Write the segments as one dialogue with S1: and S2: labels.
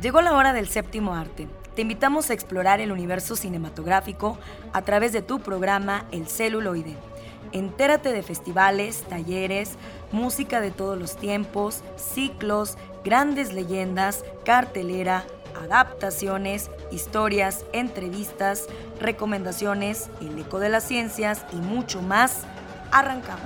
S1: Llegó la hora del séptimo arte. Te invitamos a explorar el universo cinematográfico a través de tu programa El Celuloide. Entérate de festivales, talleres, música de todos los tiempos, ciclos, grandes leyendas, cartelera, adaptaciones, historias, entrevistas, recomendaciones, el eco de las ciencias y mucho más. Arrancamos.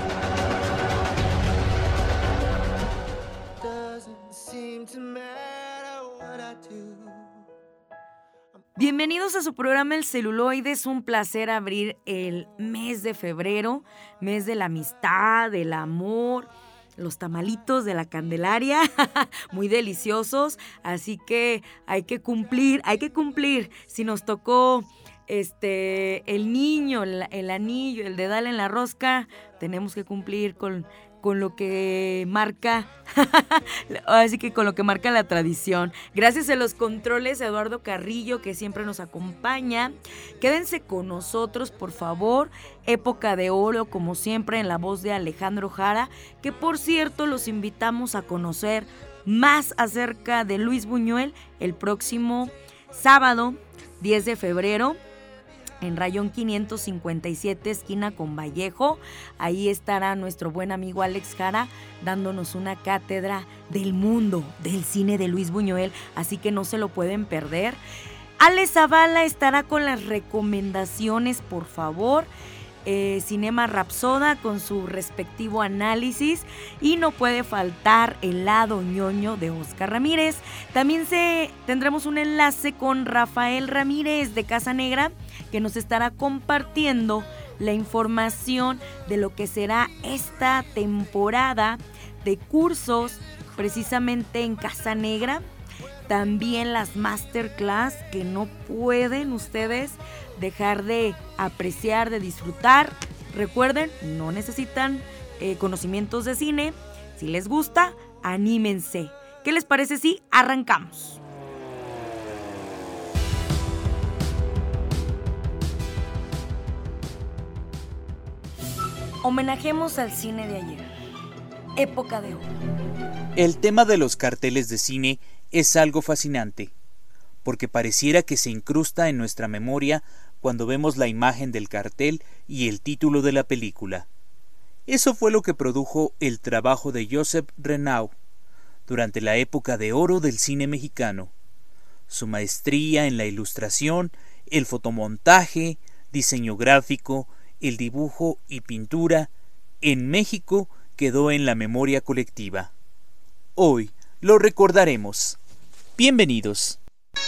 S1: Bienvenidos a su programa El Celuloide. Es un placer abrir el mes de febrero, mes de la amistad, del amor, los tamalitos de la Candelaria, muy deliciosos, así que hay que cumplir. Si nos tocó el niño, el anillo, el dedal en la rosca, tenemos que cumplir con lo que marca, así que con lo que marca la tradición. Gracias a los controles, Eduardo Carrillo, que siempre nos acompaña. Quédense con nosotros, por favor. Época de oro, como siempre, en la voz de Alejandro Jara, que por cierto los invitamos a conocer más acerca de Luis Buñuel el próximo sábado 10 de febrero. En Rayón 557, esquina con Vallejo. Ahí estará nuestro buen amigo Alex Jara dándonos una cátedra del mundo del cine de Luis Buñuel, así que no se lo pueden perder. Ale Zavala estará con las recomendaciones, por favor. Cinema Rapsoda con su respectivo análisis, y no puede faltar el lado ñoño de Oscar Ramírez. También tendremos un enlace con Rafael Ramírez de Casa Negra, que nos estará compartiendo la información de lo que será esta temporada de cursos precisamente en Casa Negra. También las masterclass que no pueden ustedes dejar de apreciar, de disfrutar. Recuerden, no necesitan conocimientos de cine. Si les gusta, anímense. ¿Qué les parece si arrancamos? Homenajemos al cine de ayer. Época de oro.
S2: El tema de los carteles de cine es algo fascinante, porque pareciera que se incrusta en nuestra memoria cuando vemos la imagen del cartel y el título de la película. Eso fue lo que produjo el trabajo de Josep Renau durante la época de oro del cine mexicano. Su maestría en la ilustración, el fotomontaje, diseño gráfico, el dibujo y pintura en México quedó en la memoria colectiva. Hoy lo recordaremos. Bienvenidos.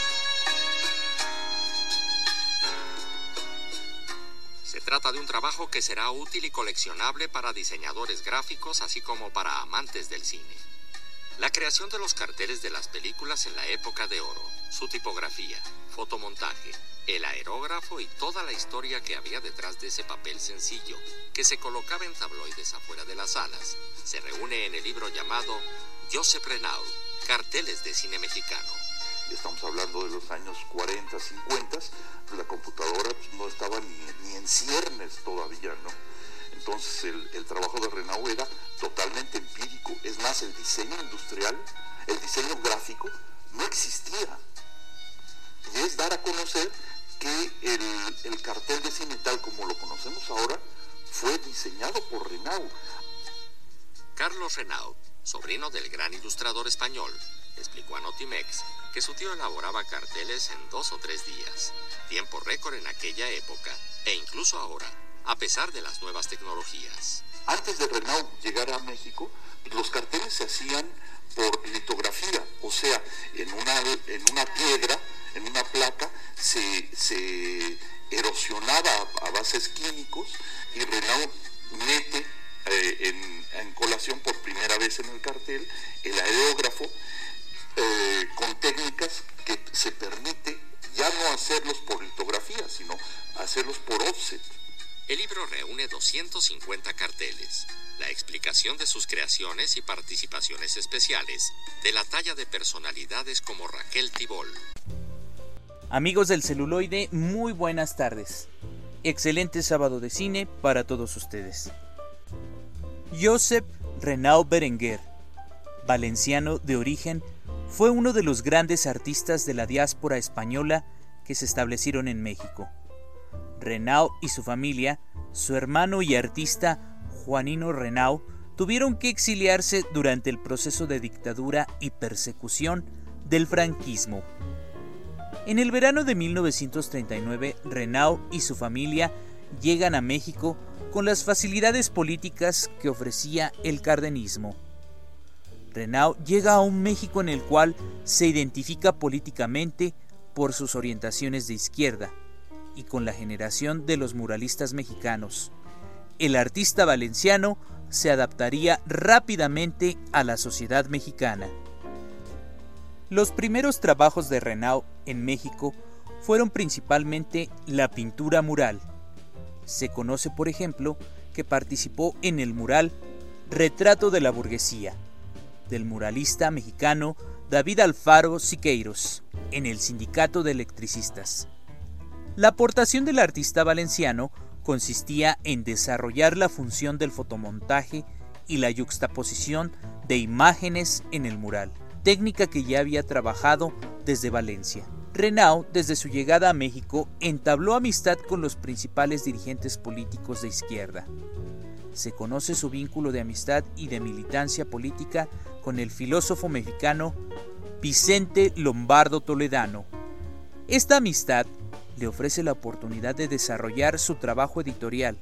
S3: Se trata de un trabajo que será útil y coleccionable para diseñadores gráficos, así como para amantes del cine. La creación de los carteles de las películas en la época de oro, su tipografía, fotomontaje, el aerógrafo y toda la historia que había detrás de ese papel sencillo que se colocaba en tabloides afuera de las salas, se reúne en el libro llamado Josep Renau, Carteles de Cine Mexicano.
S4: Estamos hablando de los años 40, 50, la computadora no estaba ni en ciernes todavía, ¿no? Entonces el trabajo de Renau era totalmente empírico. Es más, el diseño industrial, el diseño gráfico, no existía. Y es dar a conocer que el cartel de cine tal como lo conocemos ahora fue diseñado por Renau.
S3: Carlos Renau, sobrino del gran ilustrador español, explicó a Notimex que su tío elaboraba carteles en 2 o 3 días, tiempo récord en aquella época e incluso ahora, a pesar de las nuevas tecnologías.
S4: Antes de Renau llegar a México, los carteles se hacían por litografía, o sea, en una piedra, en una placa, se erosionaba a bases químicos, y Renau mete en colación por primera vez en el cartel el aerógrafo, con técnicas que se permite ya no hacerlos por litografía, sino hacerlos por offset.
S3: El libro reúne 250 carteles, la explicación de sus creaciones y participaciones especiales, de la talla de personalidades como Raquel Tibol.
S2: Amigos del Celuloide, muy buenas tardes. Excelente sábado de cine para todos ustedes. Josep Renau Berenguer, valenciano de origen, fue uno de los grandes artistas de la diáspora española que se establecieron en México. Renau y su familia, su hermano y artista Juanino Renau, tuvieron que exiliarse durante el proceso de dictadura y persecución del franquismo. En el verano de 1939, Renau y su familia llegan a México con las facilidades políticas que ofrecía el cardenismo. Renau llega a un México en el cual se identifica políticamente por sus orientaciones de izquierda y con la generación de los muralistas mexicanos. El artista valenciano se adaptaría rápidamente a la sociedad mexicana. Los primeros trabajos de Renau en México fueron principalmente la pintura mural. Se conoce, por ejemplo, que participó en el mural Retrato de la burguesía, del muralista mexicano David Alfaro Siqueiros, en el Sindicato de Electricistas. La aportación del artista valenciano consistía en desarrollar la función del fotomontaje y la yuxtaposición de imágenes en el mural, técnica que ya había trabajado desde Valencia. Renau, desde su llegada a México, entabló amistad con los principales dirigentes políticos de izquierda. Se conoce su vínculo de amistad y de militancia política con el filósofo mexicano Vicente Lombardo Toledano. Esta amistad le ofrece la oportunidad de desarrollar su trabajo editorial,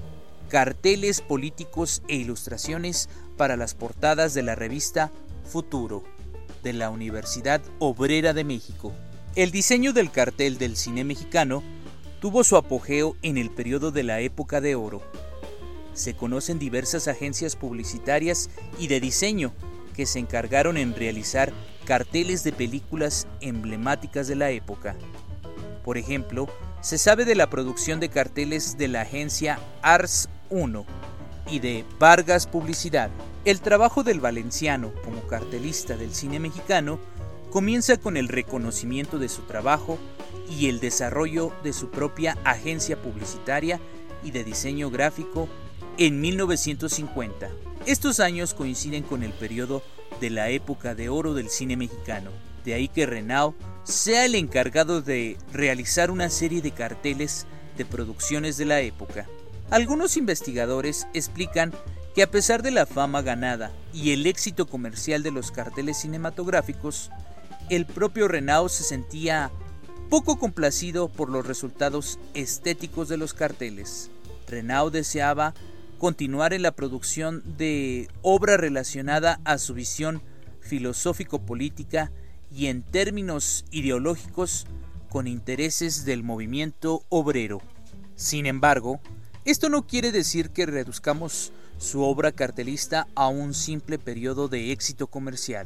S2: carteles políticos e ilustraciones para las portadas de la revista Futuro, de la Universidad Obrera de México. El diseño del cartel del cine mexicano tuvo su apogeo en el periodo de la Época de Oro. Se conocen diversas agencias publicitarias y de diseño que se encargaron en realizar carteles de películas emblemáticas de la época. Por ejemplo, se sabe de la producción de carteles de la agencia Ars 1 y de Vargas Publicidad. El trabajo del valenciano como cartelista del cine mexicano comienza con el reconocimiento de su trabajo y el desarrollo de su propia agencia publicitaria y de diseño gráfico en 1950. Estos años coinciden con el periodo de la Época de Oro del cine mexicano. De ahí que Renau sea el encargado de realizar una serie de carteles de producciones de la época. Algunos investigadores explican que a pesar de la fama ganada y el éxito comercial de los carteles cinematográficos, el propio Renau se sentía poco complacido por los resultados estéticos de los carteles. Renau deseaba continuar en la producción de obra relacionada a su visión filosófico-política y en términos ideológicos con intereses del movimiento obrero. Sin embargo, esto no quiere decir que reduzcamos su obra cartelista a un simple periodo de éxito comercial.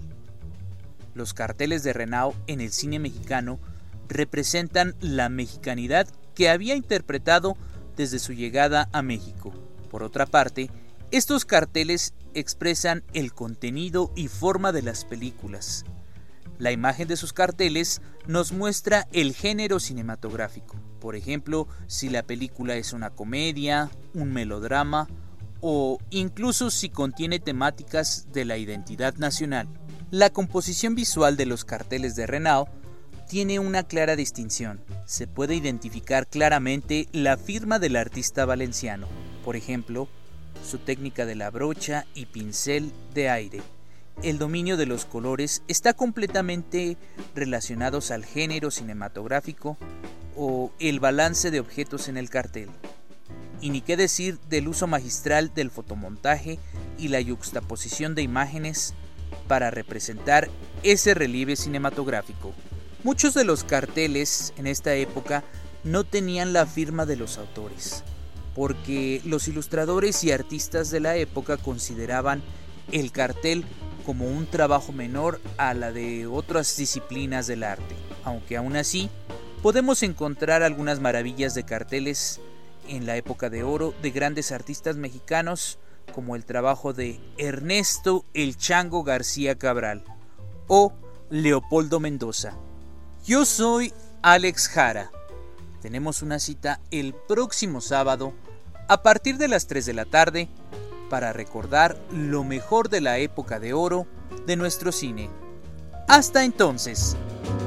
S2: Los carteles de Renau en el cine mexicano representan la mexicanidad que había interpretado desde su llegada a México. Por otra parte, estos carteles expresan el contenido y forma de las películas. La imagen de sus carteles nos muestra el género cinematográfico. Por ejemplo, si la película es una comedia, un melodrama o incluso si contiene temáticas de la identidad nacional. La composición visual de los carteles de Renau tiene una clara distinción. Se puede identificar claramente la firma del artista valenciano. Por ejemplo, su técnica de la brocha y pincel de aire. El dominio de los colores está completamente relacionados al género cinematográfico o el balance de objetos en el cartel. Y ni qué decir del uso magistral del fotomontaje y la yuxtaposición de imágenes para representar ese relieve cinematográfico. Muchos de los carteles en esta época no tenían la firma de los autores, porque los ilustradores y artistas de la época consideraban el cartel como un trabajo menor a la de otras disciplinas del arte. Aunque aún así, podemos encontrar algunas maravillas de carteles en la Época de Oro de grandes artistas mexicanos, como el trabajo de Ernesto El Chango García Cabral o Leopoldo Mendoza. Yo soy Alex Jara. Tenemos una cita el próximo sábado a partir de las 3 de la tarde para recordar lo mejor de la Época de Oro de nuestro cine. Hasta entonces.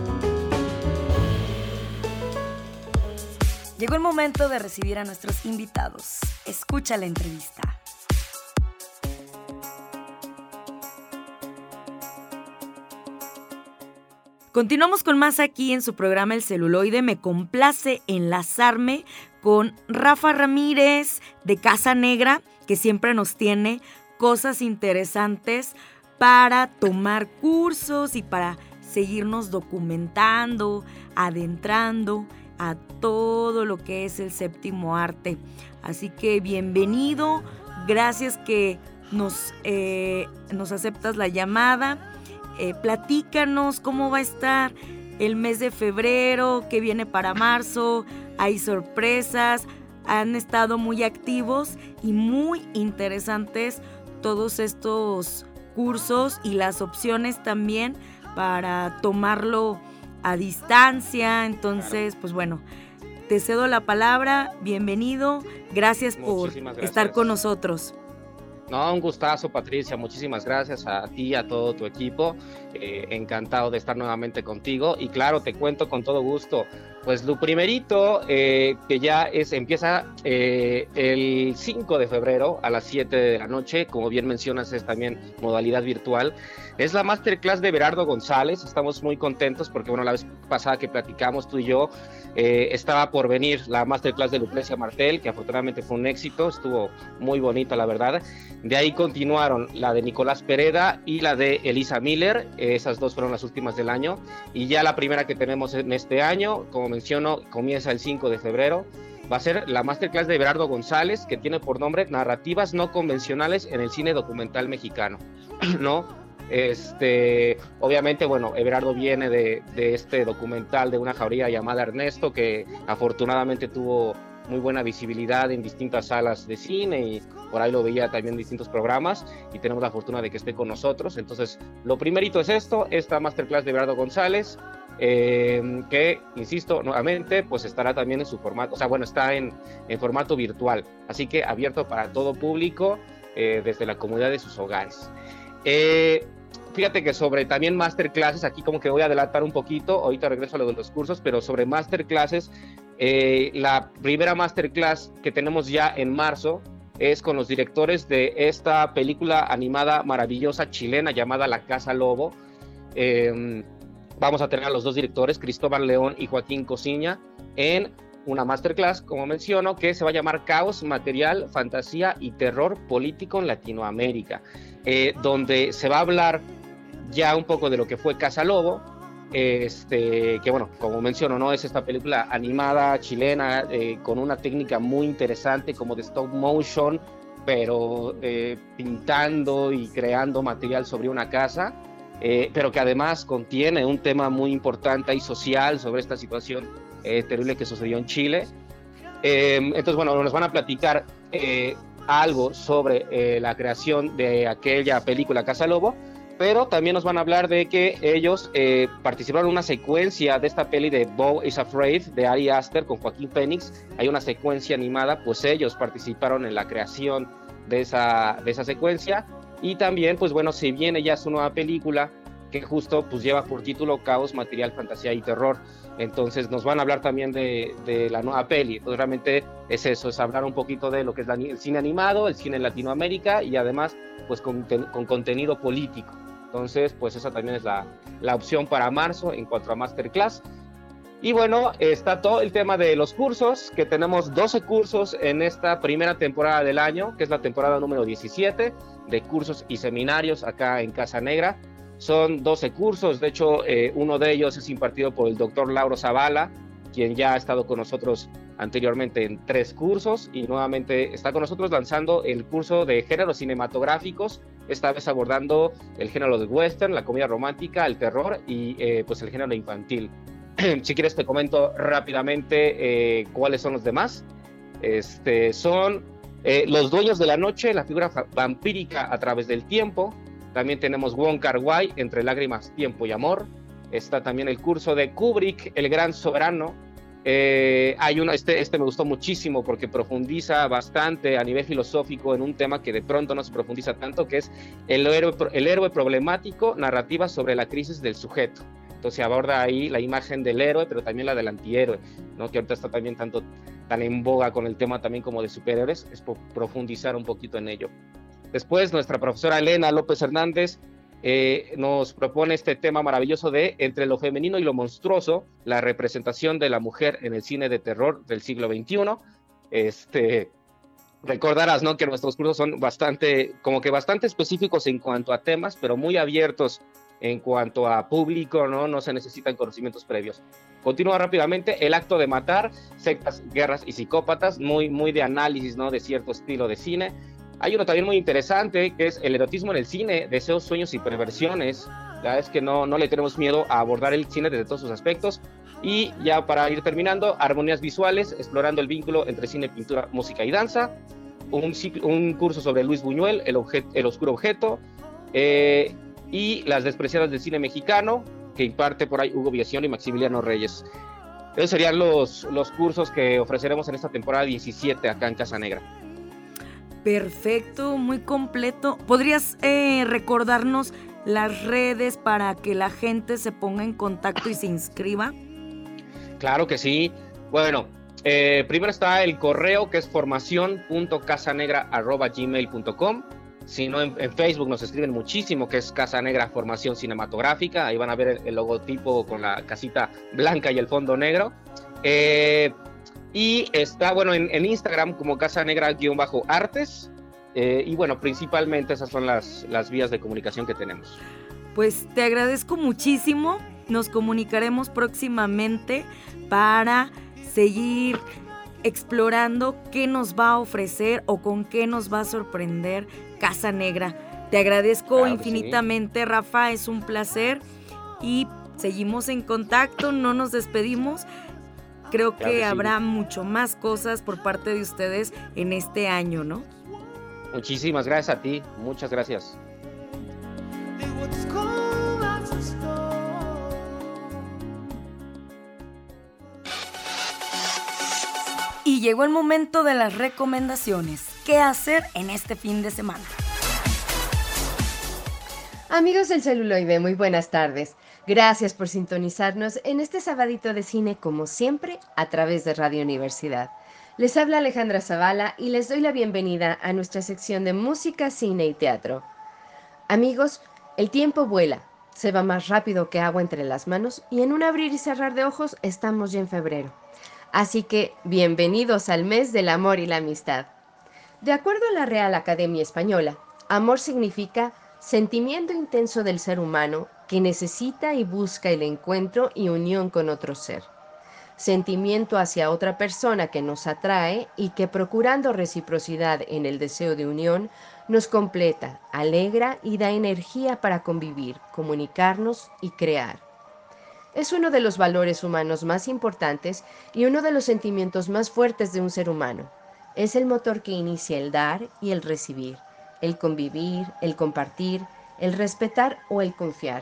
S1: Llegó el momento de recibir a nuestros invitados. Escucha la entrevista. Continuamos con más aquí en su programa El Celuloide. Me complace enlazarme con Rafa Ramírez de Casa Negra, que siempre nos tiene cosas interesantes para tomar cursos y para seguirnos documentando, adentrando a todo lo que es el séptimo arte. Así que bienvenido, gracias que nos aceptas la llamada. Platícanos cómo va a estar el mes de febrero, qué viene para marzo, hay sorpresas, han estado muy activos y muy interesantes todos estos cursos y las opciones también para tomarlo a distancia. Entonces, pues bueno, te cedo la palabra, bienvenido, gracias por estar con nosotros.
S5: No, un gustazo, Patricia, muchísimas gracias a ti y a todo tu equipo, encantado de estar nuevamente contigo y claro, te cuento con todo gusto. Pues lo primerito que ya empieza el 5 de febrero a las 7 de la noche, como bien mencionas es también modalidad virtual, es la Masterclass de Everardo González. Estamos muy contentos porque bueno, la vez pasada que platicamos tú y yo, estaba por venir la Masterclass de Lucrecia Martel, que afortunadamente fue un éxito, estuvo muy bonita la verdad. De ahí continuaron la de Nicolás Pereda y la de Elisa Miller, esas dos fueron las últimas del año, y ya la primera que tenemos en este año, como menciono, comienza el 5 de febrero, va a ser la Masterclass de Everardo González, que tiene por nombre Narrativas no convencionales en el cine documental mexicano, ¿no? Obviamente, bueno, Everardo viene de este documental de una jauría llamada Ernesto, que afortunadamente tuvo muy buena visibilidad en distintas salas de cine y por ahí lo veía también en distintos programas y tenemos la fortuna de que esté con nosotros. Entonces, lo primerito es esta Masterclass de Everardo González, que, insisto, nuevamente, pues estará también en su formato, o sea, bueno, está en formato virtual, así que abierto para todo público, desde la comodidad de sus hogares. Fíjate que sobre también masterclasses, aquí como que voy a adelantar un poquito, ahorita regreso a lo de los cursos, pero sobre masterclasses, la primera masterclass que tenemos ya en marzo es con los directores de esta película animada maravillosa chilena llamada La Casa Lobo. Vamos a tener a los dos directores, Cristóbal León y Joaquín Cosiña, en una masterclass, como menciono, que se va a llamar Caos, Material, Fantasía y Terror Político en Latinoamérica, donde se va a hablar ya un poco de lo que fue Casa Lobo, que bueno, como menciono, ¿no? Es esta película animada chilena con una técnica muy interesante como de stop motion, pero pintando y creando material sobre una casa, pero que además contiene un tema muy importante y social sobre esta situación terrible que sucedió en Chile. Entonces, bueno, nos van a platicar algo sobre la creación de aquella película Casa Lobo, pero también nos van a hablar de que ellos participaron en una secuencia de esta peli de Beau is Afraid de Ari Aster con Joaquín Phoenix. Hay una secuencia animada, pues ellos participaron en la creación de esa secuencia. Y también, pues bueno, se viene ya su nueva película que justo pues lleva por título Caos, Material, Fantasía y Terror. Entonces nos van a hablar también de la nueva peli. Pues realmente es eso, es hablar un poquito de lo que es el cine animado, el cine en Latinoamérica y además pues con contenido político. Entonces pues esa también es la opción para marzo en cuanto a Masterclass. Y bueno, está todo el tema de los cursos, que tenemos 12 cursos en esta primera temporada del año, que es la temporada número 17 de cursos y seminarios acá en Casa Negra. Son 12 cursos, de hecho uno de ellos es impartido por el doctor Lauro Zavala, quien ya ha estado con nosotros anteriormente en 3 cursos y nuevamente está con nosotros lanzando el curso de géneros cinematográficos, esta vez abordando el género del western, la comedia romántica, el terror y pues el género infantil. Si quieres te comento rápidamente cuáles son los demás. Son Los Dueños de la Noche, la figura vampírica a través del tiempo. También tenemos Wong Kar-wai, Entre lágrimas, tiempo y amor. Está también el curso de Kubrick, El Gran Soberano, Hay uno, este me gustó muchísimo porque profundiza bastante a nivel filosófico en un tema que de pronto no se profundiza tanto, que es el héroe problemático, narrativa sobre la crisis del sujeto. Entonces aborda ahí la imagen del héroe, pero también la del antihéroe, ¿no? Que ahorita está también tan en boga con el tema también como de superhéroes, es profundizar un poquito en ello. Después nuestra profesora Elena López Hernández nos propone este tema maravilloso de Entre lo femenino y lo monstruoso, la representación de la mujer en el cine de terror del siglo XXI. Recordarás, ¿no?, que nuestros cursos son bastante específicos en cuanto a temas, pero muy abiertos en cuanto a público, ¿no? No se necesitan conocimientos previos. Continúa rápidamente El acto de matar, sectas, guerras y psicópatas, muy de análisis, ¿no?, de cierto estilo de cine. Hay uno también muy interesante que es El erotismo en el cine, deseos, sueños y perversiones. Ya es que no le tenemos miedo a abordar el cine desde todos sus aspectos. Y ya para ir terminando, Armonías visuales, explorando el vínculo entre cine, pintura, música y danza. Un curso sobre Luis Buñuel, El oscuro objeto. Y Las despreciadas del cine mexicano, que imparte por ahí Hugo Viación y Maximiliano Reyes. Esos serían los cursos que ofreceremos en esta temporada 17 acá en Casa Negra.
S1: Perfecto, muy completo. ¿Podrías recordarnos las redes para que la gente se ponga en contacto y se inscriba?
S5: Claro que sí. Bueno, primero está el correo, que es formacion.casanegra@gmail.com. Si no, en Facebook nos escriben muchísimo, que es Casa Negra Formación Cinematográfica. Ahí van a ver el logotipo con la casita blanca y el fondo negro. Y está, bueno, en Instagram como Casa Negra-Artes. Y bueno, principalmente esas son las vías de comunicación que tenemos.
S1: Pues te agradezco muchísimo. Nos comunicaremos próximamente para seguir explorando qué nos va a ofrecer o con qué nos va a sorprender Casa Negra. Te agradezco infinitamente, sí. Rafa, es un placer y seguimos en contacto, no nos despedimos. Creo que habrá mucho más cosas por parte de ustedes en este año, ¿no?
S5: Muchísimas gracias a ti, muchas gracias.
S1: Y llegó el momento de las recomendaciones. ¿Qué hacer en este fin de semana?
S6: Amigos del celuloide, muy buenas tardes. Gracias por sintonizarnos en este sabadito de cine, como siempre, a través de Radio Universidad. Les habla Alejandra Zavala y les doy la bienvenida a nuestra sección de música, cine y teatro. Amigos, el tiempo vuela, se va más rápido que agua entre las manos y en un abrir y cerrar de ojos estamos ya en febrero. Así que, bienvenidos al mes del amor y la amistad. De acuerdo a la Real Academia Española, amor significa sentimiento intenso del ser humano que necesita y busca el encuentro y unión con otro ser. Sentimiento hacia otra persona que nos atrae y que, procurando reciprocidad en el deseo de unión, nos completa, alegra y da energía para convivir, comunicarnos y crear. Es uno de los valores humanos más importantes y uno de los sentimientos más fuertes de un ser humano. Es el motor que inicia el dar y el recibir, el convivir, el compartir, el respetar o el confiar.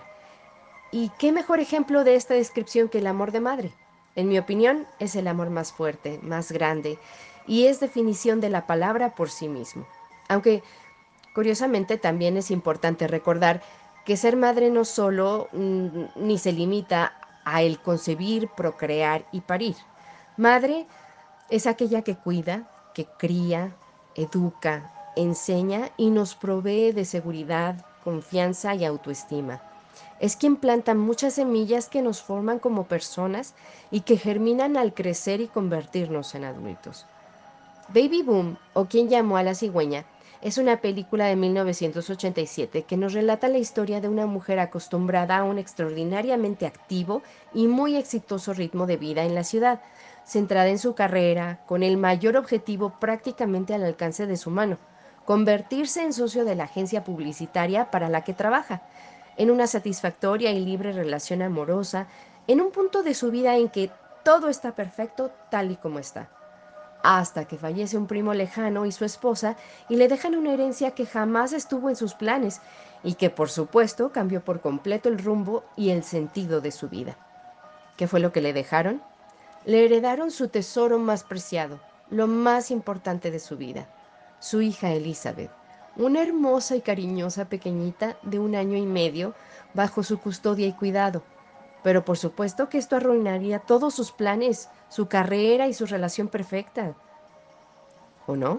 S6: ¿Y qué mejor ejemplo de esta descripción que el amor de madre? En mi opinión, es el amor más fuerte, más grande, y es definición de la palabra por sí mismo. Aunque, curiosamente, también es importante recordar que ser madre no solo ni se limita a el concebir, procrear y parir. Madre es aquella que cuida, que cría, educa, enseña y nos provee de seguridad, confianza y autoestima. Es quien planta muchas semillas que nos forman como personas y que germinan al crecer y convertirnos en adultos. Baby Boom, o Quien llamó a la cigüeña, es una película de 1987 que nos relata la historia de una mujer acostumbrada a un extraordinariamente activo y muy exitoso ritmo de vida en la ciudad, centrada en su carrera, con el mayor objetivo prácticamente al alcance de su mano: convertirse en socio de la agencia publicitaria para la que trabaja, en una satisfactoria y libre relación amorosa, en un punto de su vida en que todo está perfecto tal y como está. Hasta que fallece un primo lejano y su esposa y le dejan una herencia que jamás estuvo en sus planes y que, por supuesto, cambió por completo el rumbo y el sentido de su vida. ¿Qué fue lo que le dejaron? Le heredaron su tesoro más preciado, lo más importante de su vida, su hija Elizabeth, una hermosa y cariñosa pequeñita de 1 año y medio bajo su custodia y cuidado. Pero por supuesto que esto arruinaría todos sus planes, su carrera y su relación perfecta. ¿O no?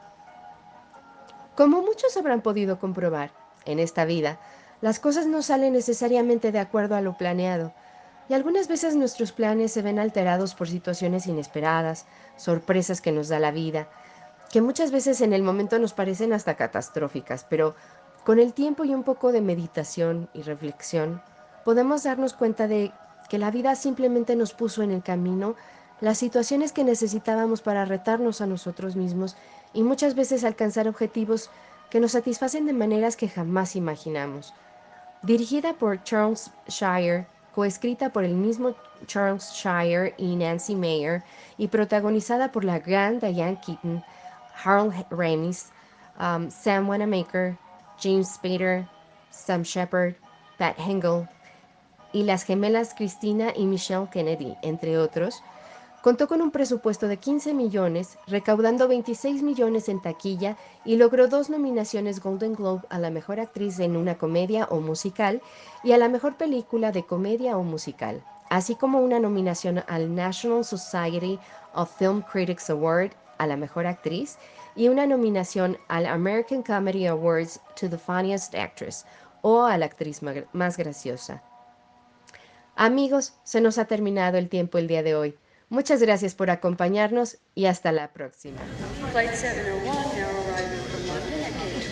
S6: Como muchos habrán podido comprobar, en esta vida, las cosas no salen necesariamente de acuerdo a lo planeado, y algunas veces nuestros planes se ven alterados por situaciones inesperadas, sorpresas que nos da la vida, que muchas veces en el momento nos parecen hasta catastróficas, pero con el tiempo y un poco de meditación y reflexión, podemos darnos cuenta de que la vida simplemente nos puso en el camino las situaciones que necesitábamos para retarnos a nosotros mismos y muchas veces alcanzar objetivos que nos satisfacen de maneras que jamás imaginamos. Dirigida por Charles Shire, coescrita por el mismo Charles Shire y Nancy Meyer, y protagonizada por la gran Diane Keaton, Harold Ramis, Sam Wanamaker, James Spader, Sam Shepard, Pat Hingle y las gemelas Christina y Michelle Kennedy, entre otros, contó con un presupuesto de 15 millones, recaudando 26 millones en taquilla y logró 2 nominaciones Golden Globe a la mejor actriz en una comedia o musical y a la mejor película de comedia o musical, así como una nominación al National Society of Film Critics Award a la mejor actriz y una nominación al American Comedy Awards to the Funniest Actress o a la actriz más graciosa. Amigos, se nos ha terminado el tiempo el día de hoy. Muchas gracias por acompañarnos y hasta la próxima.
S7: Flight 701 now arriving from London at gate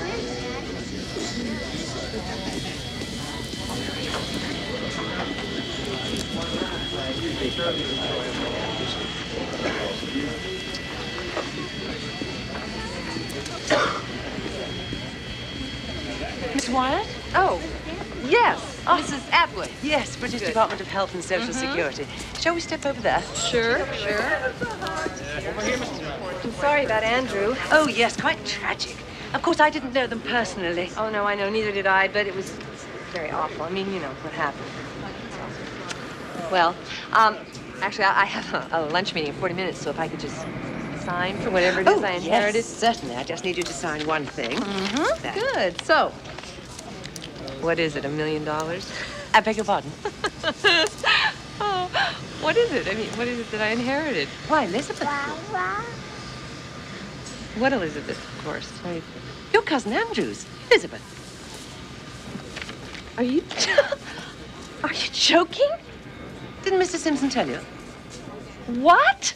S7: 29.
S8: Miss Wyatt?
S9: Oh, yes.
S8: Oh.
S9: Mrs. Atwood.
S8: Yes, British
S9: Good.
S8: Department of Health and Social Security. Shall we step over there?
S9: Sure. I'm sorry about Andrew.
S8: Oh, yes, quite tragic. Of course, I didn't know them personally.
S9: Oh, no, I know. Neither did I, but it was very awful. I mean, you know, what happened. Well, actually, I have a lunch meeting in 40 minutes, so if I could just sign for whatever it is I inherited.
S8: Yes, certainly. I just need you to sign one thing. There.
S9: Good. So, what is it, $1 million?
S8: I beg your pardon?
S9: Oh, what is it? I mean, what is it that I inherited?
S8: Why, Elizabeth.
S9: What Elizabeth, of course?
S8: Your cousin Andrews. Elizabeth.
S9: Are you joking?
S8: Didn't Mr. Simpson tell you?
S9: What?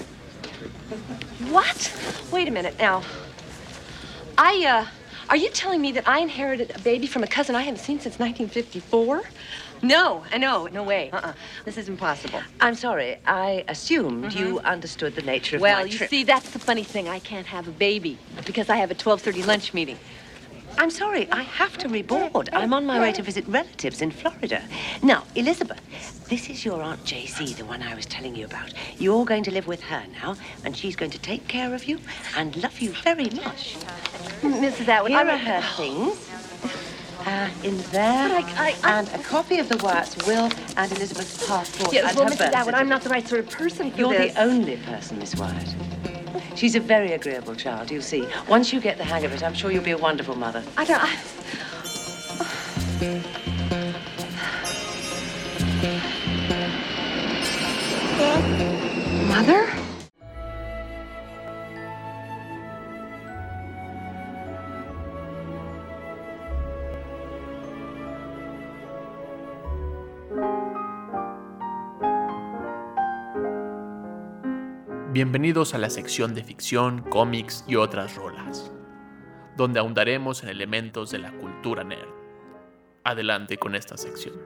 S9: What? Wait a minute now. Are you telling me that I inherited a baby from a cousin I haven't seen since 1954? No, I know, no way. This is impossible.
S8: I'm sorry. I assumed you understood the nature of my
S9: Well,
S8: trip.
S9: you see, that's the funny thing. I can't have a baby because I have a 12:30 lunch meeting.
S8: I'm sorry, I have to reboard. I'm on my way to visit relatives in Florida. Now, Elizabeth, this is your Aunt J.C., the one I was telling you about. You're going to live with her now, and she's going to take care of you and love you very much.
S9: Mrs. Atwood,
S8: Here are her things. In there.
S9: But
S8: and a copy of the Wyatts' will and Elizabeth's passport
S9: Yes,
S8: and
S9: well,
S8: her
S9: Mrs.
S8: birth
S9: Atwood, I'm
S8: certificate.
S9: not the right sort of person for
S8: You're
S9: this.
S8: the only person, Miss Wyatt. She's a very agreeable child, you'll see. Once you get the hang of it, I'm sure you'll be a wonderful mother.
S9: Mother?
S10: Bienvenidos a la sección de ficción, cómics y otras rolas, donde ahondaremos en elementos de la cultura nerd. Adelante con esta sección.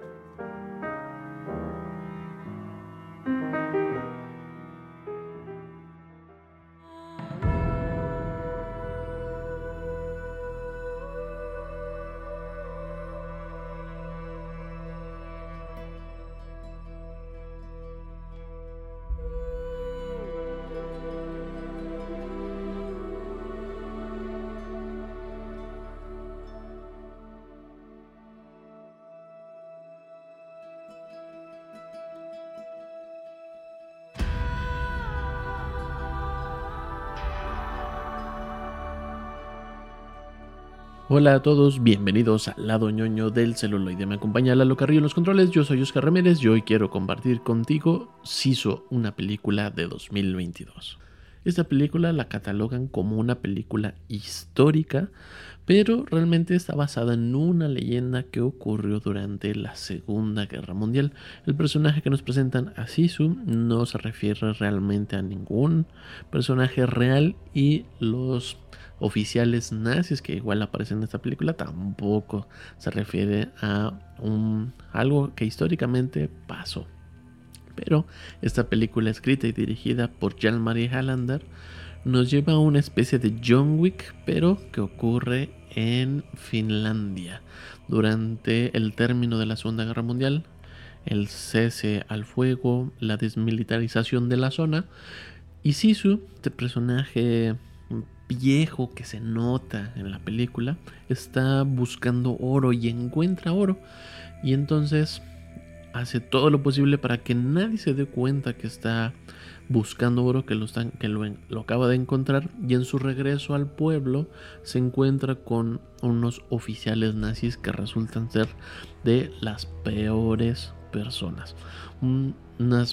S10: Hola a todos, bienvenidos al lado ñoño del celuloide. Me acompaña Lalo Carrillo en los controles, yo soy Oscar Ramírez y hoy quiero compartir contigo Sisu, una película de 2022. Esta película la catalogan como una película histórica, pero realmente está basada en una leyenda que ocurrió durante la Segunda Guerra Mundial. El personaje que nos presentan a Sisu no se refiere realmente a ningún personaje real y los oficiales nazis que igual aparecen en esta película tampoco se refiere a algo que históricamente pasó. Pero esta película, escrita y dirigida por Jan-Marie Helander, nos lleva a una especie de John Wick, pero que ocurre en Finlandia durante el término de la Segunda Guerra Mundial, el cese al fuego, la desmilitarización de la zona. Y Sisu, este personaje viejo que se nota en la película, está buscando oro y encuentra oro, y entonces hace todo lo posible para que nadie se dé cuenta que está buscando oro, que lo acaba de encontrar, y en su regreso al pueblo se encuentra con unos oficiales nazis que resultan ser de las peores personas, unas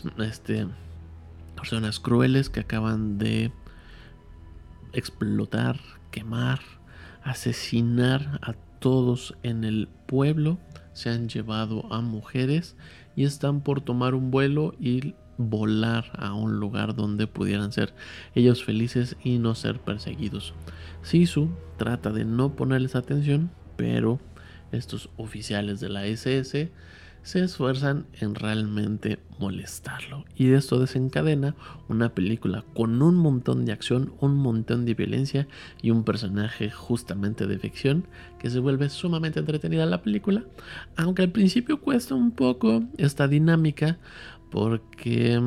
S10: personas crueles que acaban de explotar, quemar, asesinar a todos en el pueblo. Se han llevado a mujeres y están por tomar un vuelo y volar a un lugar donde pudieran ser ellos felices y no ser perseguidos. Sisu trata de no ponerles atención, pero estos oficiales de la SS se esfuerzan en realmente molestarlo, y esto desencadena una película con un montón de acción, un montón de violencia y un personaje justamente de ficción que se vuelve sumamente entretenida la película, aunque al principio cuesta un poco esta dinámica porque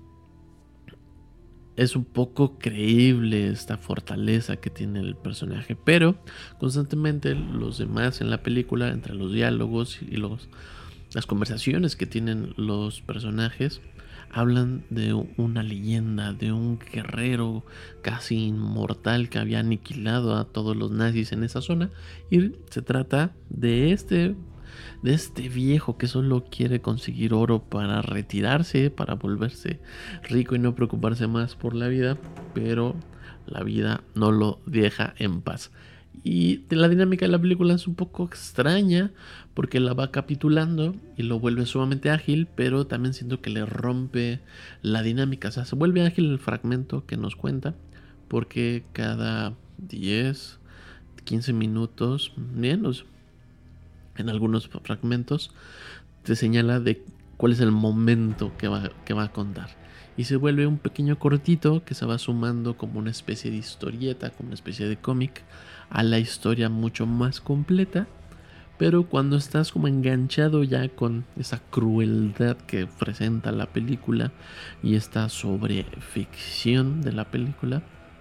S10: es un poco creíble esta fortaleza que tiene el personaje, pero constantemente los demás en la película, entre los diálogos y las conversaciones que tienen los personajes, hablan de una leyenda, de un guerrero casi inmortal que había aniquilado a todos los nazis en esa zona, y se trata de este viejo que solo quiere conseguir oro para retirarse, para volverse rico y no preocuparse más por la vida, pero la vida no lo deja en paz. Y la dinámica de la película es un poco extraña porque la va capitulando y lo vuelve sumamente ágil, pero también siento que le rompe la dinámica. O sea, se vuelve ágil el fragmento que nos cuenta, porque cada 10, 15 minutos, menos, en algunos fragmentos, te señala de cuál es el momento que va a contar. Y se vuelve un pequeño cortito que se va sumando como una especie de historieta, como una especie de cómic, a la historia mucho más completa. Pero cuando estás como enganchado ya con esa crueldad que presenta la película y esta sobreficción de la película,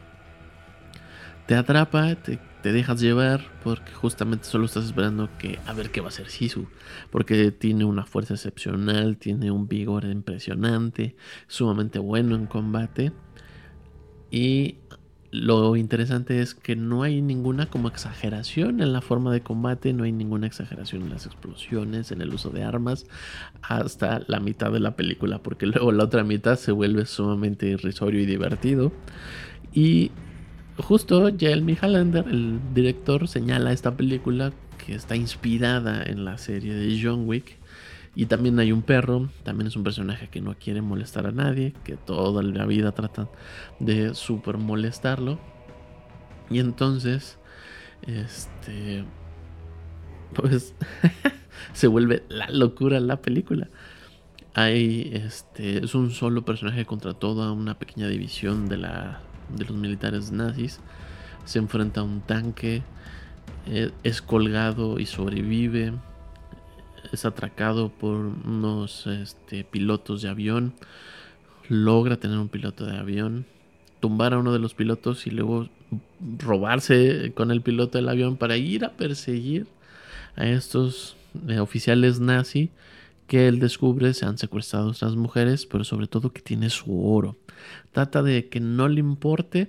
S10: te atrapa, te dejas llevar, porque justamente solo estás esperando a ver qué va a hacer Sisu, porque tiene una fuerza excepcional, tiene un vigor impresionante, sumamente bueno en combate. Y lo interesante es que no hay ninguna como exageración en la forma de combate, no hay ninguna exageración en las explosiones, en el uso de armas, hasta la mitad de la película, porque luego la otra mitad se vuelve sumamente irrisorio y divertido. Y justo Jan-Marie Helander, el director, señala esta película que está inspirada en la serie de John Wick. Y también hay un perro, también es un personaje que no quiere molestar a nadie, que toda la vida tratan de super molestarlo. Y entonces, pues se vuelve la locura la película. Es un solo personaje contra toda una pequeña división de los militares nazis. Se enfrenta a un tanque, es colgado y sobrevive. Es atracado por unos pilotos de avión. Logra tener un piloto de avión, tumbar a uno de los pilotos y luego robarse con el piloto del avión para ir a perseguir a estos oficiales nazi que él descubre se han secuestrado a estas mujeres, pero sobre todo que tiene su oro. Trata de que no le importe,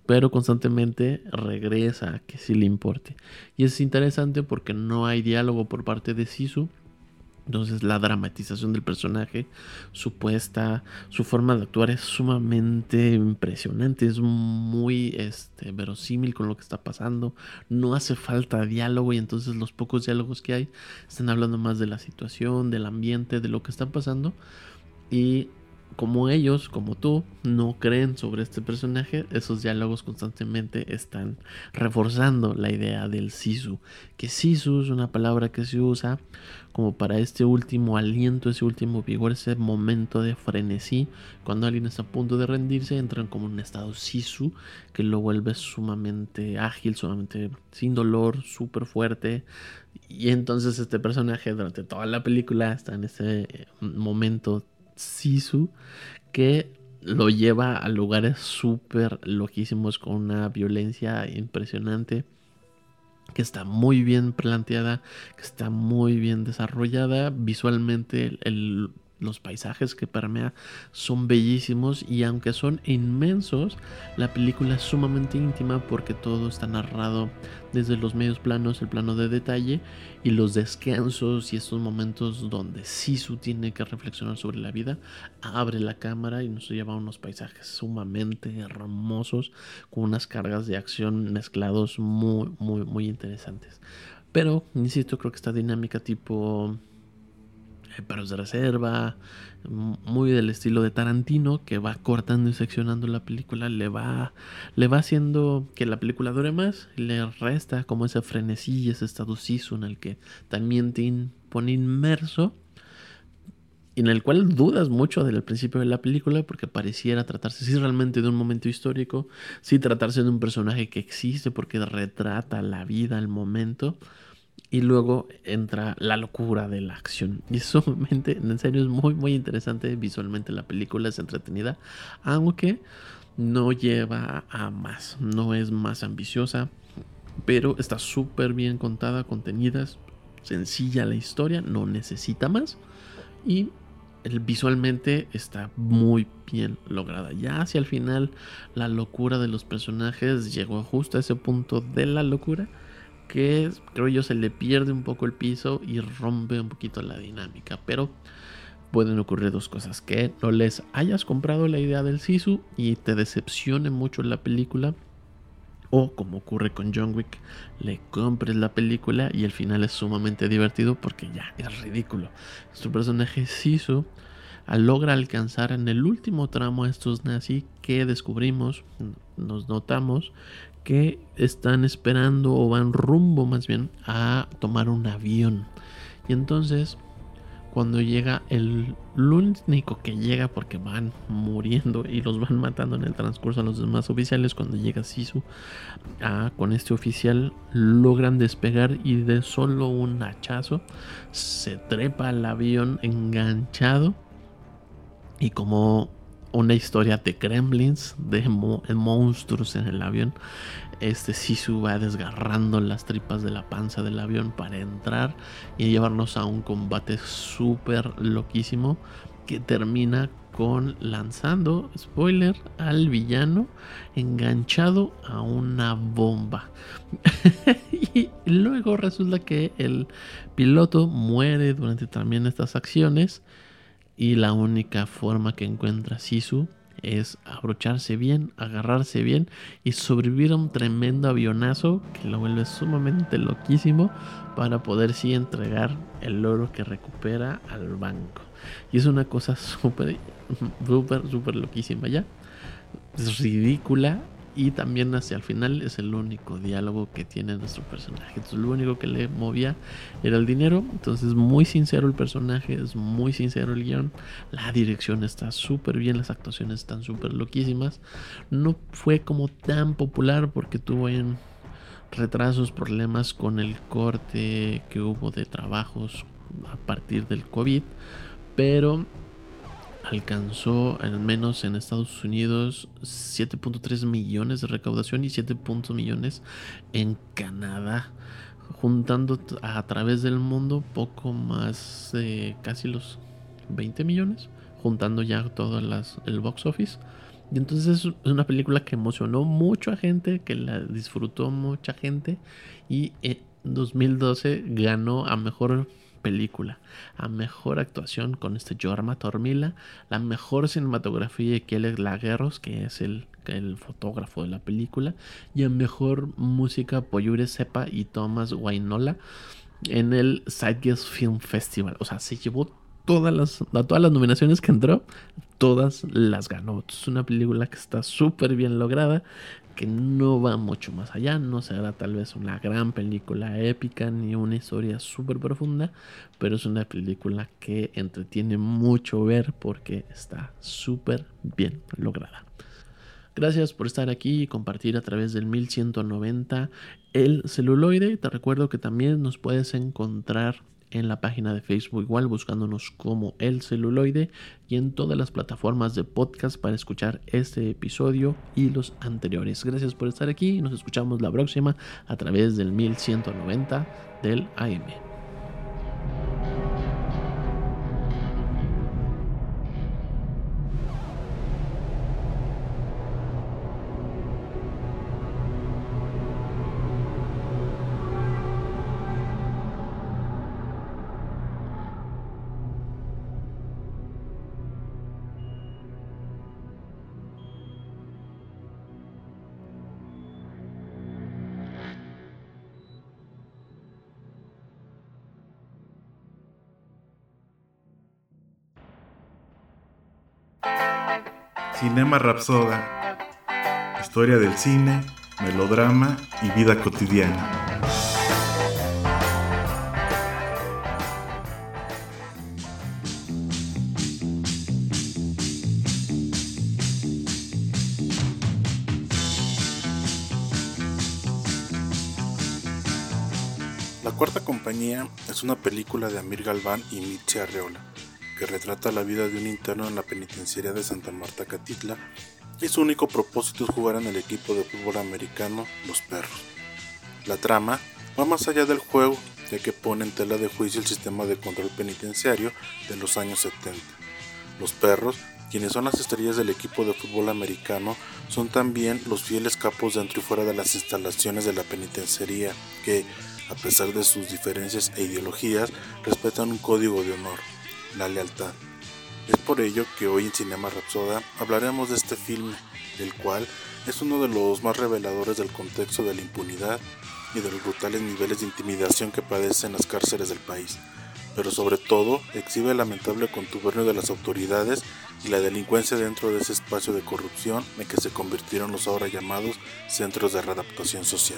S10: pero constantemente regresa a que sí le importe. Y es interesante porque no hay diálogo por parte de Sisu. Entonces la dramatización del personaje, su forma de actuar es sumamente impresionante, es muy verosímil con lo que está pasando, no hace falta diálogo y entonces los pocos diálogos que hay están hablando más de la situación, del ambiente, de lo que está pasando. Y como ellos, como tú, no creen sobre este personaje, esos diálogos constantemente están reforzando la idea del Sisu. Que Sisu es una palabra que se usa como para este último aliento, ese último vigor, ese momento de frenesí. Cuando alguien está a punto de rendirse, entran como en un estado Sisu que lo vuelve sumamente ágil, sumamente sin dolor, súper fuerte. Y entonces este personaje durante toda la película está en ese momento Sisu que lo lleva a lugares súper loquísimos con una violencia impresionante, que está muy bien planteada, que está muy bien desarrollada visualmente. Los paisajes que permea son bellísimos y aunque son inmensos, la película es sumamente íntima porque todo está narrado desde los medios planos, el plano de detalle y los descansos y estos momentos donde Sisu tiene que reflexionar sobre la vida. Abre la cámara y nos lleva a unos paisajes sumamente hermosos con unas cargas de acción mezclados muy, muy, muy interesantes. Pero, insisto, creo que esta dinámica tipo Perros de Reserva, muy del estilo de Tarantino, que va cortando y seccionando la película, le va haciendo que la película dure más, le resta como ese frenesí y ese estado Sisu en el que también te pone inmerso, en el cual dudas mucho del principio de la película porque pareciera tratarse sí realmente de un momento histórico, sí tratarse de un personaje que existe porque retrata la vida, el momento. Y luego entra la locura de la acción. Y sumamente, en serio, es muy, muy interesante. Visualmente la película es entretenida, aunque no lleva a más. No es más ambiciosa, pero está súper bien contada, contenida, sencilla la historia, no necesita más. Y visualmente está muy bien lograda. Ya hacia el final, la locura de los personajes llegó justo a ese punto de la locura que creo yo se le pierde un poco el piso y rompe un poquito la dinámica. Pero pueden ocurrir dos cosas: que no les hayas comprado la idea del Sisu y te decepcione mucho la película, o como ocurre con John Wick, le compres la película y el final es sumamente divertido porque ya es ridículo. Nuestro personaje Sisu logra alcanzar en el último tramo a estos nazis que descubrimos, nos notamos que están esperando o van rumbo más bien a tomar un avión. Y entonces cuando llega el único que llega, porque van muriendo y los van matando en el transcurso a los demás oficiales, cuando llega Sisu con este oficial logran despegar y de solo un hachazo se trepa al avión enganchado. Y como una historia de gremlins, de monstruos en el avión, Sisu va desgarrando las tripas de la panza del avión para entrar y llevarnos a un combate súper loquísimo que termina con lanzando, spoiler, al villano enganchado a una bomba. Y luego resulta que el piloto muere durante también estas acciones. Y la única forma que encuentra Sisu es abrocharse bien, agarrarse bien y sobrevivir a un tremendo avionazo que lo vuelve sumamente loquísimo para poder sí entregar el oro que recupera al banco. Y es una cosa súper loquísima ya. Es ridícula. Y también hacia el final es el único diálogo que tiene nuestro personaje. Entonces lo único que le movía era el dinero. Entonces muy sincero el personaje, es muy sincero el guión. La dirección está súper bien, las actuaciones están súper loquísimas. No fue como tan popular porque tuvo retrasos, problemas con el corte que hubo de trabajos a partir del COVID. Pero alcanzó, al menos en Estados Unidos, 7.3 millones de recaudación y 7 millones en Canadá, juntando a través del mundo poco más de casi los 20 millones, juntando ya todo el box office. Y entonces es una película que emocionó mucho a gente, que la disfrutó mucha gente, y en 2012 ganó a mejor película, a mejor actuación con Jorma Tormila, la mejor cinematografía de Kjell Lagerros, que es el fotógrafo de la película, y a mejor música Poyure Sepa y Thomas Wainola en el Zeitgeist Film Festival. O sea, se llevó todas las nominaciones que entró, todas las ganó. Es una película que está súper bien lograda, que no va mucho más allá, no será tal vez una gran película épica ni una historia súper profunda, pero es una película que entretiene mucho ver porque está súper bien lograda. Gracias por estar aquí y compartir a través del 1190 el celuloide. Te recuerdo que también nos puedes encontrar en la página de Facebook igual, buscándonos como El Celuloide, y en todas las plataformas de podcast para escuchar este episodio y los anteriores. Gracias por estar aquí y nos escuchamos la próxima a través del 1190 del AM.
S11: Cinema Rapsoda, historia del cine, melodrama y vida cotidiana. La Cuarta Compañía es una película de Amir Galván y Mitzi Arreola, que retrata la vida de un interno en la penitenciaría de Santa Marta Catitla, y su único propósito es jugar en el equipo de fútbol americano Los Perros. La trama va más allá del juego, ya que pone en tela de juicio el sistema de control penitenciario de los años 70. Los Perros, quienes son las estrellas del equipo de fútbol americano, son también los fieles capos dentro y fuera de las instalaciones de la penitenciaría, que, a pesar de sus diferencias e ideologías, respetan un código de honor: la lealtad. Es por ello que hoy en Cinema Rapsoda hablaremos de este filme, el cual es uno de los más reveladores del contexto de la impunidad y de los brutales niveles de intimidación que padecen las cárceles del país, pero sobre todo exhibe el lamentable contubernio de las autoridades y la delincuencia dentro de ese espacio de corrupción en que se convirtieron los ahora llamados centros de readaptación social.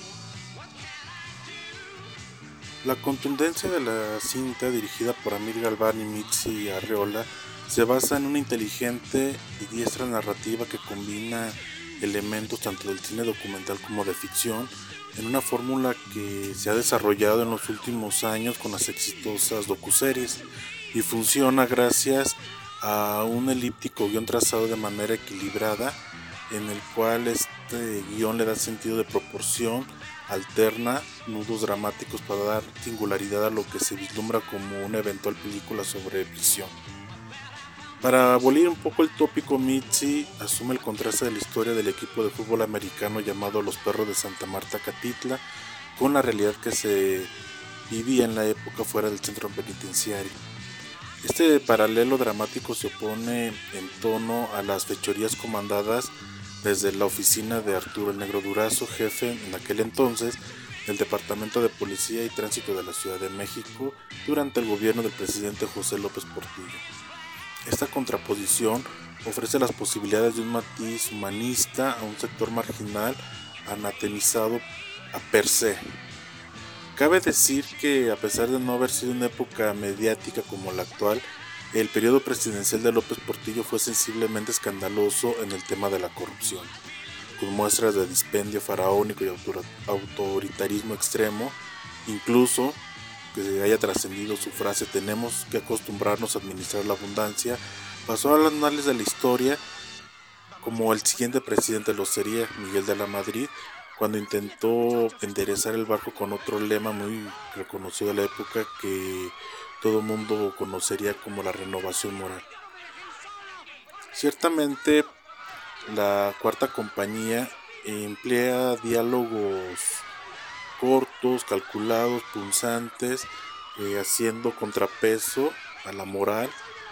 S11: La contundencia de la cinta, dirigida por Amir Galván y Mitzi Arreola, se basa en una inteligente y diestra narrativa que combina elementos tanto del cine documental como de ficción, en una fórmula que se ha desarrollado en los últimos años con las exitosas docuseries, y funciona gracias a un elíptico guión trazado de manera equilibrada, en el cual este guión le da sentido de proporción, alterna nudos dramáticos para dar singularidad a lo que se vislumbra como una eventual película sobre prisión. Para abolir un poco el tópico, Mitzi asume el contraste de la historia del equipo de fútbol americano llamado Los Perros de Santa Marta Catitla con la realidad que se vivía en la época fuera del centro penitenciario. Este paralelo dramático se opone en tono a las fechorías comandadas desde la oficina de Arturo el Negro Durazo, jefe en aquel entonces del Departamento de Policía y Tránsito de la Ciudad de México durante el gobierno del presidente José López Portillo. Esta contraposición ofrece las posibilidades de un matiz humanista a un sector marginal anatemizado a per se. Cabe decir que, a pesar de no haber sido una época mediática como la actual, el periodo presidencial de López Portillo fue sensiblemente escandaloso en el tema de la corrupción, con muestras de dispendio faraónico y autoritarismo extremo, incluso que haya trascendido su frase "tenemos que acostumbrarnos a administrar la abundancia", pasó a los anales de la historia como el siguiente presidente lo sería, Miguel de la Madrid, cuando intentó enderezar el barco con otro lema muy reconocido de la época que todo el mundo conocería como la renovación moral. Ciertamente, la Cuarta Compañía emplea diálogos cortos, calculados, punzantes, haciendo contrapeso a la moral,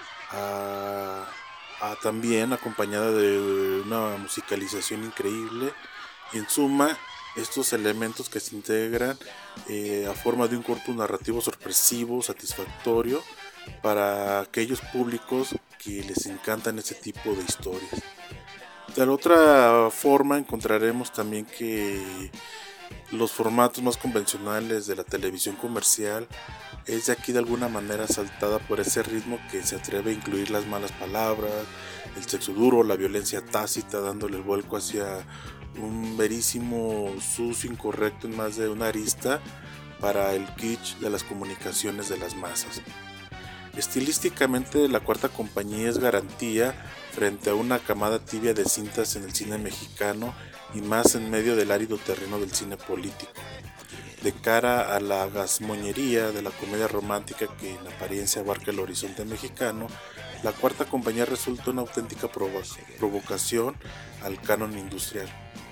S11: también acompañada de una musicalización increíble. En suma, estos elementos que se integran a forma de un corpus narrativo sorpresivo, satisfactorio para aquellos públicos que les encantan ese tipo de historias. De la otra forma encontraremos también que los formatos más convencionales de la televisión comercial es de aquí de alguna manera asaltada por ese ritmo que se atreve a incluir las malas palabras, el sexo duro, la violencia tácita, dándole el vuelco hacia un verísimo sucio incorrecto en más de una arista para el kitsch de las comunicaciones de las masas. Estilísticamente, la Cuarta Compañía es garantía frente a una camada tibia de cintas en el cine mexicano y más en medio del árido terreno del cine político. De cara a la gazmoñería de la comedia romántica que en apariencia abarca el horizonte mexicano, la Cuarta Compañía resulta una auténtica provocación al canon industrial.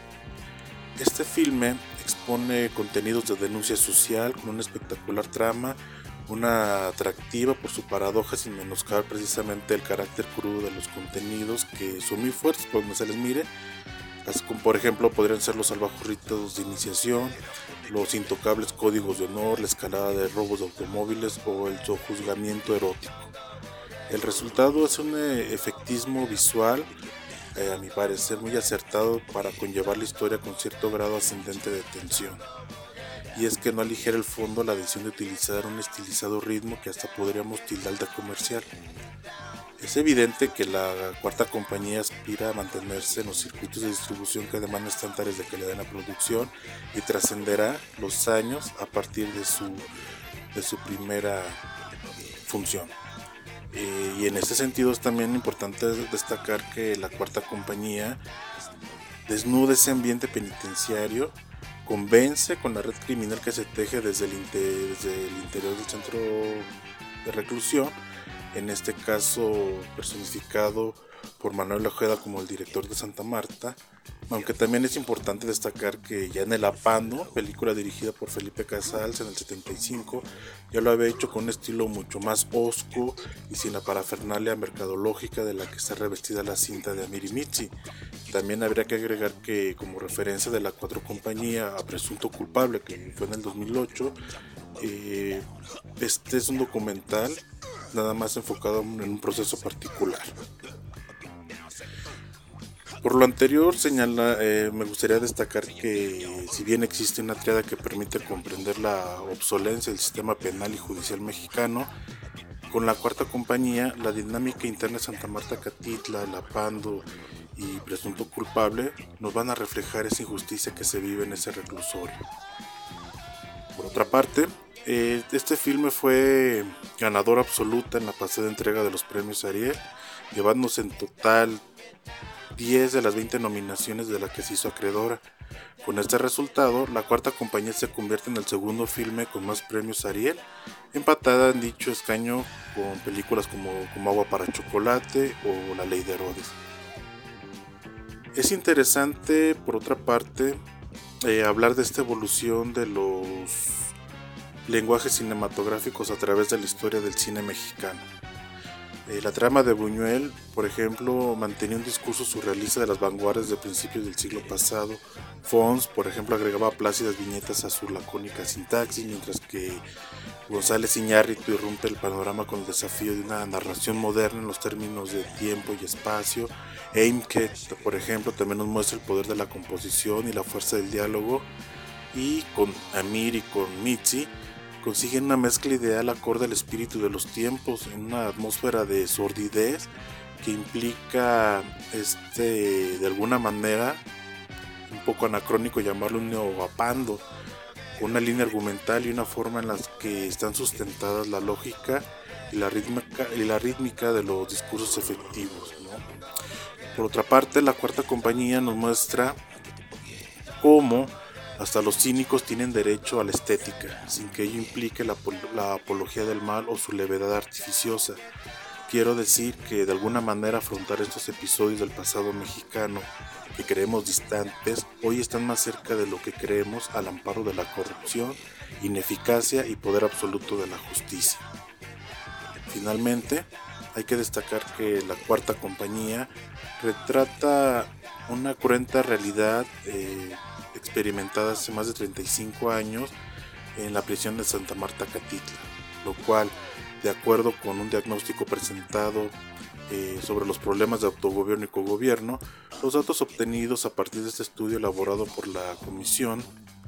S11: Este filme expone contenidos de denuncia social con una espectacular trama, una atractiva por su paradoja sin menoscabar precisamente el carácter crudo de los contenidos que son muy fuertes por donde se les mire, así como por ejemplo podrían ser los salvajes ritos de iniciación, los intocables códigos de honor, la escalada de robos de automóviles o el sojuzgamiento erótico. El resultado es un efectismo visual, a mi parecer muy acertado para conllevar la historia con cierto grado ascendente de tensión. Y es que no aligera el fondo la decisión de utilizar un estilizado ritmo que hasta podríamos tildar de comercial. Es evidente que la Cuarta Compañía aspira a mantenerse en los circuitos de distribución que demandan estándares de calidad en la producción y trascenderá los años a partir de su primera función. Y en ese sentido es también importante destacar que la Cuarta Compañía desnuda ese ambiente penitenciario, convence con la red criminal que se teje desde el interior del centro de reclusión, en este caso personificado por Manuel Ojeda como el director de Santa Marta, aunque también es importante destacar que ya en El Apando, película dirigida por Felipe Casals en el 75, ya lo había hecho con un estilo mucho más hosco y sin la parafernalia mercadológica de la que está revestida la cinta de Amir y Mitzi. También habría que agregar que como referencia de la Cuarta Compañía a Presunto Culpable, que fue en el 2008, este es un documental nada más enfocado en un proceso particular. Por lo anterior me gustaría destacar que si bien existe una triada que permite comprender la obsolencia del sistema penal y judicial mexicano, con la Cuarta Compañía la dinámica interna de Santa Marta Catitla, El Apando y Presunto Culpable nos van a reflejar esa injusticia que se vive en ese reclusorio. Por otra parte, este filme fue ganador absoluta en la pasada entrega de los premios Ariel, llevándose en total 10 de las 20 nominaciones de la que se hizo acreedora. Con este resultado, la Cuarta Compañía se convierte en el segundo filme con más premios Ariel, empatada en dicho escaño con películas como Agua para Chocolate o La Ley de Herodes. Es interesante, por otra parte, hablar de esta evolución de los lenguajes cinematográficos a través de la historia del cine mexicano. La trama de Buñuel, por ejemplo, mantenía un discurso surrealista de las vanguardias de principios del siglo pasado. Fons, por ejemplo, agregaba plácidas viñetas a su lacónica sintaxis, mientras que González Iñárritu irrumpe el panorama con el desafío de una narración moderna en los términos de tiempo y espacio. Eimke, por ejemplo, también nos muestra el poder de la composición y la fuerza del diálogo, y con Amir y con Mitzi consiguen una mezcla ideal acorde al espíritu de los tiempos, en una atmósfera de sordidez que implica de alguna manera un poco anacrónico llamarlo un neoapando, con una línea argumental y una forma en las que están sustentadas la lógica y la rítmica de los discursos efectivos, ¿no? Por otra parte, la Cuarta Compañía nos muestra cómo hasta los cínicos tienen derecho a la estética, sin que ello implique la apología del mal o su levedad artificiosa. quiero decir que de alguna manera afrontar estos episodios del pasado mexicano que creemos distantes, hoy están más cerca de lo que creemos al amparo de la corrupción, ineficacia y poder absoluto de la justicia. Finalmente, hay que destacar que La Cuarta Compañía retrata una cruenta realidad experimentada hace más de 35 años en la prisión de Santa Marta Catitla, lo cual, de acuerdo con un diagnóstico presentado sobre los problemas de autogobierno y cogobierno, los datos obtenidos a partir de este estudio elaborado por la Comisión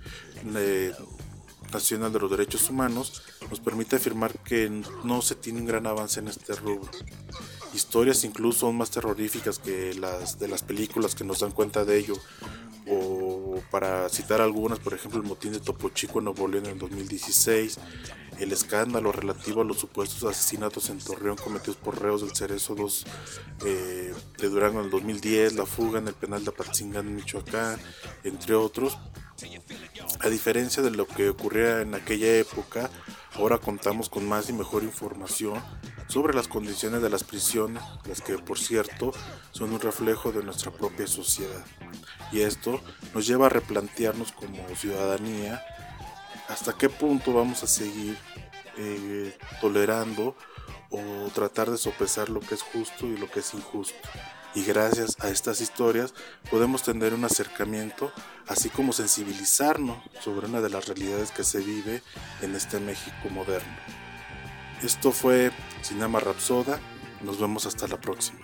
S11: Nacional de los Derechos Humanos nos permite afirmar que no se tiene un gran avance en este rubro. Historias incluso aún más terroríficas que las de las películas que nos dan cuenta de ello, o para citar algunas, por ejemplo el motín de Topo Chico en Nuevo León en el 2016, el escándalo relativo a los supuestos asesinatos en Torreón cometidos por reos del Cerezo 2 de Durango en el 2010, la fuga en el penal de Apatzingán en Michoacán, entre otros. A diferencia de lo que ocurría en aquella época, ahora contamos con más y mejor información sobre las condiciones de las prisiones, las que por cierto son un reflejo de nuestra propia sociedad. Y esto nos lleva a replantearnos como ciudadanía hasta qué punto vamos a seguir tolerando o tratar de sopesar lo que es justo y lo que es injusto. Y gracias a estas historias podemos tener un acercamiento, así como sensibilizarnos sobre una de las realidades que se vive en este México moderno. Esto fue Cinema Rapsoda, nos vemos hasta la próxima.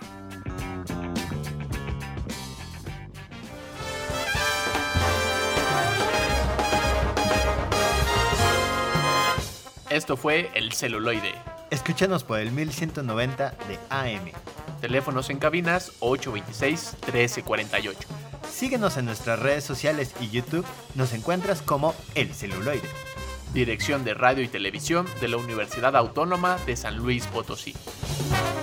S12: Esto fue El Celuloide.
S13: Escúchanos por el 1190 de AM.
S12: Teléfonos en cabinas 826-1348.
S13: Síguenos en nuestras redes sociales y YouTube. Nos encuentras como El Celuloide.
S12: Dirección de Radio y Televisión de la Universidad Autónoma de San Luis Potosí.